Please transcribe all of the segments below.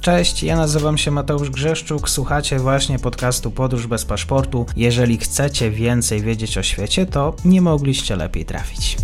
Cześć, ja nazywam się Mateusz Grzeszczuk, słuchacie właśnie podcastu Podróż bez paszportu. Jeżeli chcecie więcej wiedzieć o świecie, to nie mogliście lepiej trafić.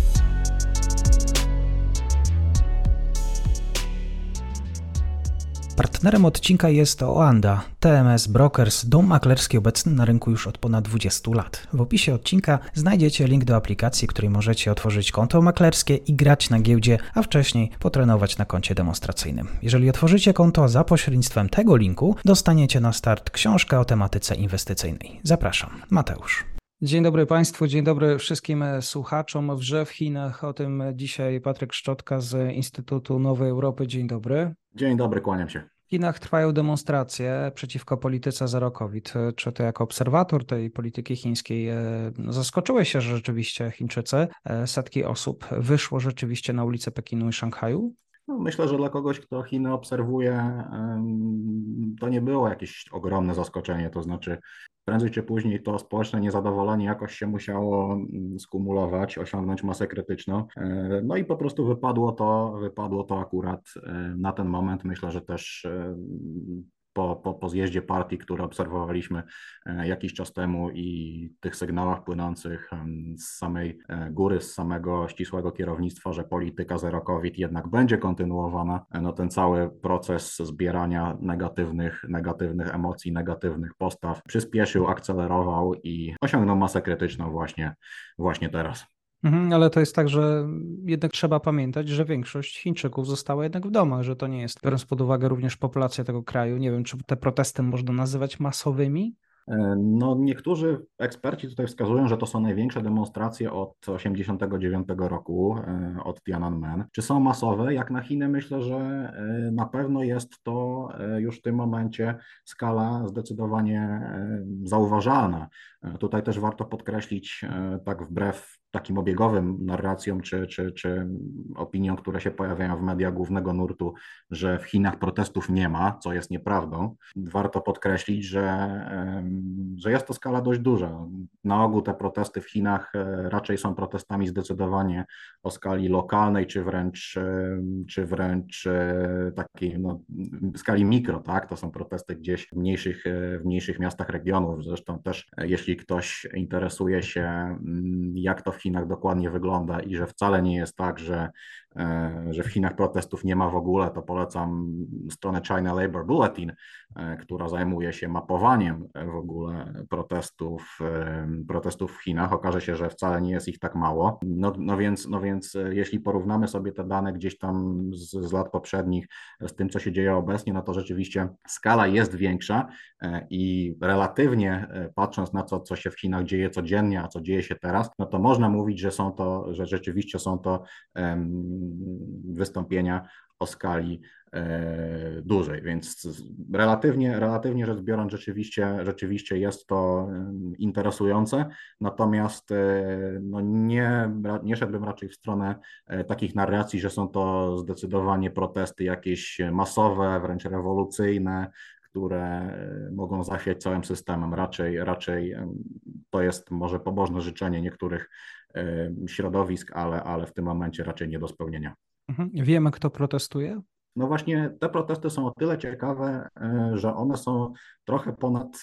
Partnerem odcinka jest Oanda, TMS Brokers, dom maklerski obecny na rynku już od ponad 20 lat. W opisie odcinka znajdziecie link do aplikacji, której możecie otworzyć konto maklerskie i grać na giełdzie, a wcześniej potrenować na koncie demonstracyjnym. Jeżeli otworzycie konto za pośrednictwem tego linku, dostaniecie na start książkę o tematyce inwestycyjnej. Zapraszam, Mateusz. Dzień dobry Państwu, dzień dobry wszystkim słuchaczom. Wrze w Chinach, o tym dzisiaj Patryk Szczotka z Instytutu Nowej Europy. Dzień dobry. Dzień dobry, kłaniam się. W Chinach trwają demonstracje przeciwko polityce zero COVID. Czy ty jako obserwator tej polityki chińskiej zaskoczyłeś się, że rzeczywiście Chińczycy, setki osób wyszło rzeczywiście na ulice Pekinu i Szanghaju? No, myślę, że dla kogoś, kto Chiny obserwuje, to nie było jakieś ogromne zaskoczenie, to znaczy prędzej czy później to społeczne niezadowolenie jakoś się musiało skumulować, osiągnąć masę krytyczną. No i po prostu wypadło to akurat na ten moment. Myślę, że też po zjeździe partii, który obserwowaliśmy jakiś czas temu i tych sygnałach płynących z samej góry, z samego ścisłego kierownictwa, że polityka zero COVID jednak będzie kontynuowana, no ten cały proces zbierania negatywnych emocji, negatywnych postaw przyspieszył, akcelerował i osiągnął masę krytyczną właśnie teraz. Ale to jest tak, że jednak trzeba pamiętać, że większość Chińczyków została jednak w domach, że to nie jest, biorąc pod uwagę również populację tego kraju. Nie wiem, czy te protesty można nazywać masowymi? No, niektórzy eksperci tutaj wskazują, że to są największe demonstracje od 1989 roku, od Tiananmen. Czy są masowe? Jak na Chiny myślę, że na pewno jest to już w tym momencie skala zdecydowanie zauważalna. Tutaj też warto podkreślić, tak wbrew takim obiegowym narracjom czy opiniom, które się pojawiają w mediach głównego nurtu, że w Chinach protestów nie ma, co jest nieprawdą. Warto podkreślić, że jest to skala dość duża. Na ogół te protesty w Chinach raczej są protestami zdecydowanie o skali lokalnej, czy wręcz takiej skali mikro, tak? To są protesty gdzieś w mniejszych miastach regionów. Zresztą też jeśli ktoś interesuje się, jak to w Chinach dokładnie wygląda i że wcale nie jest tak, że w Chinach protestów nie ma w ogóle, to polecam stronę China Labor Bulletin, która zajmuje się mapowaniem w ogóle protestów w Chinach. Okaże się, że wcale nie jest ich tak mało. No więc jeśli porównamy sobie te dane gdzieś tam z lat poprzednich z tym, co się dzieje obecnie, no to rzeczywiście skala jest większa i relatywnie patrząc na to, co się w Chinach dzieje codziennie, a co dzieje się teraz, no to można mówić, że rzeczywiście są to wystąpienia o skali dużej, więc relatywnie rzecz biorąc rzeczywiście jest to interesujące, natomiast no nie szedłbym raczej w stronę takich narracji, że są to zdecydowanie protesty jakieś masowe, wręcz rewolucyjne, które mogą zasiać całym systemem. Raczej to jest może pobożne życzenie niektórych środowisk, ale w tym momencie raczej nie do spełnienia. Wiemy, kto protestuje? No właśnie te protesty są o tyle ciekawe, że one są trochę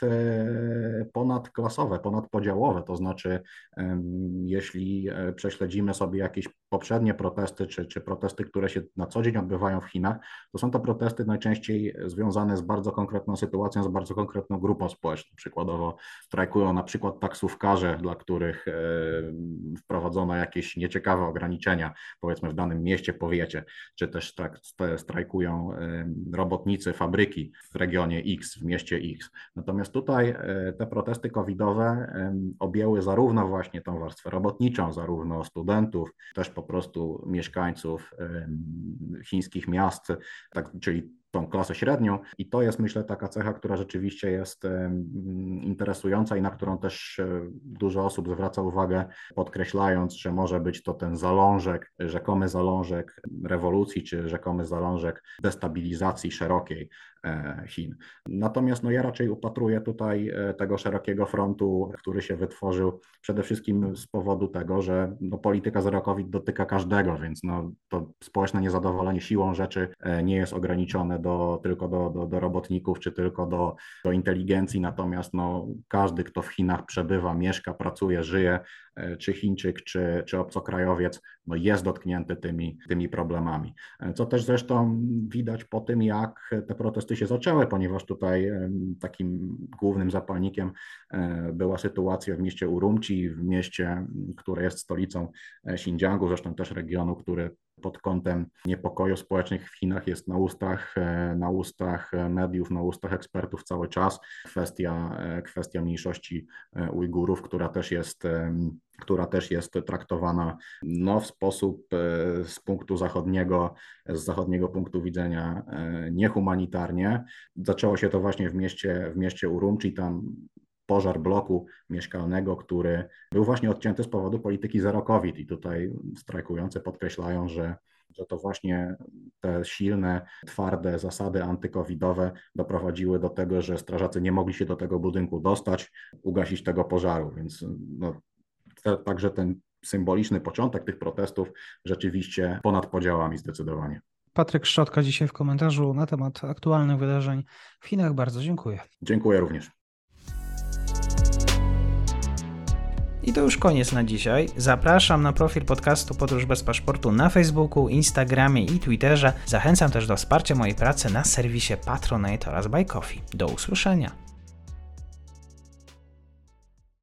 ponadklasowe, ponadpodziałowe, to znaczy jeśli prześledzimy sobie jakieś poprzednie protesty, czy protesty, które się na co dzień odbywają w Chinach, to są to protesty najczęściej związane z bardzo konkretną sytuacją, z bardzo konkretną grupą społeczną. Przykładowo strajkują na przykład taksówkarze, dla których wprowadzono jakieś nieciekawe ograniczenia, powiedzmy w danym mieście, powiecie, czy też strajkują robotnicy fabryki w regionie X, w mieście X. Natomiast tutaj te protesty covidowe objęły zarówno właśnie tą warstwę robotniczą, zarówno studentów, też po prostu mieszkańców chińskich miast, tak, czyli tą klasę średnią i to jest, myślę, taka cecha, która rzeczywiście jest interesująca i na którą też dużo osób zwraca uwagę, podkreślając, że może być to ten zalążek, rzekomy zalążek rewolucji, czy rzekomy zalążek destabilizacji szerokiej Chin. Natomiast ja raczej upatruję tutaj tego szerokiego frontu, który się wytworzył przede wszystkim z powodu tego, że polityka zero COVID dotyka każdego, więc to społeczne niezadowolenie siłą rzeczy nie jest ograniczone tylko do robotników, czy tylko do inteligencji, natomiast każdy, kto w Chinach przebywa, mieszka, pracuje, żyje, czy Chińczyk, czy obcokrajowiec, jest dotknięty tymi problemami. Co też zresztą widać po tym, jak te protesty się zaczęły, ponieważ tutaj takim głównym zapalnikiem była sytuacja w mieście Urumqi, w mieście, które jest stolicą Xinjiangu, zresztą też regionu, który pod kątem niepokojów społecznych w Chinach jest na ustach mediów, na ustach ekspertów cały czas. Kwestia mniejszości Ujgurów, która też jest traktowana w sposób z zachodniego punktu widzenia niehumanitarnie. Zaczęło się to właśnie w mieście Urumqi, tam pożar bloku mieszkalnego, który był właśnie odcięty z powodu polityki zero COVID i tutaj strajkujący podkreślają, że to właśnie te silne, twarde zasady antykowidowe doprowadziły do tego, że strażacy nie mogli się do tego budynku dostać, ugasić tego pożaru, więc także ten symboliczny początek tych protestów rzeczywiście ponad podziałami zdecydowanie. Patryk Szczotka dzisiaj w komentarzu na temat aktualnych wydarzeń w Chinach. Bardzo dziękuję. Dziękuję również. I to już koniec na dzisiaj. Zapraszam na profil podcastu Podróż bez paszportu na Facebooku, Instagramie i Twitterze. Zachęcam też do wsparcia mojej pracy na serwisie Patronite oraz Buy Coffee. Do usłyszenia.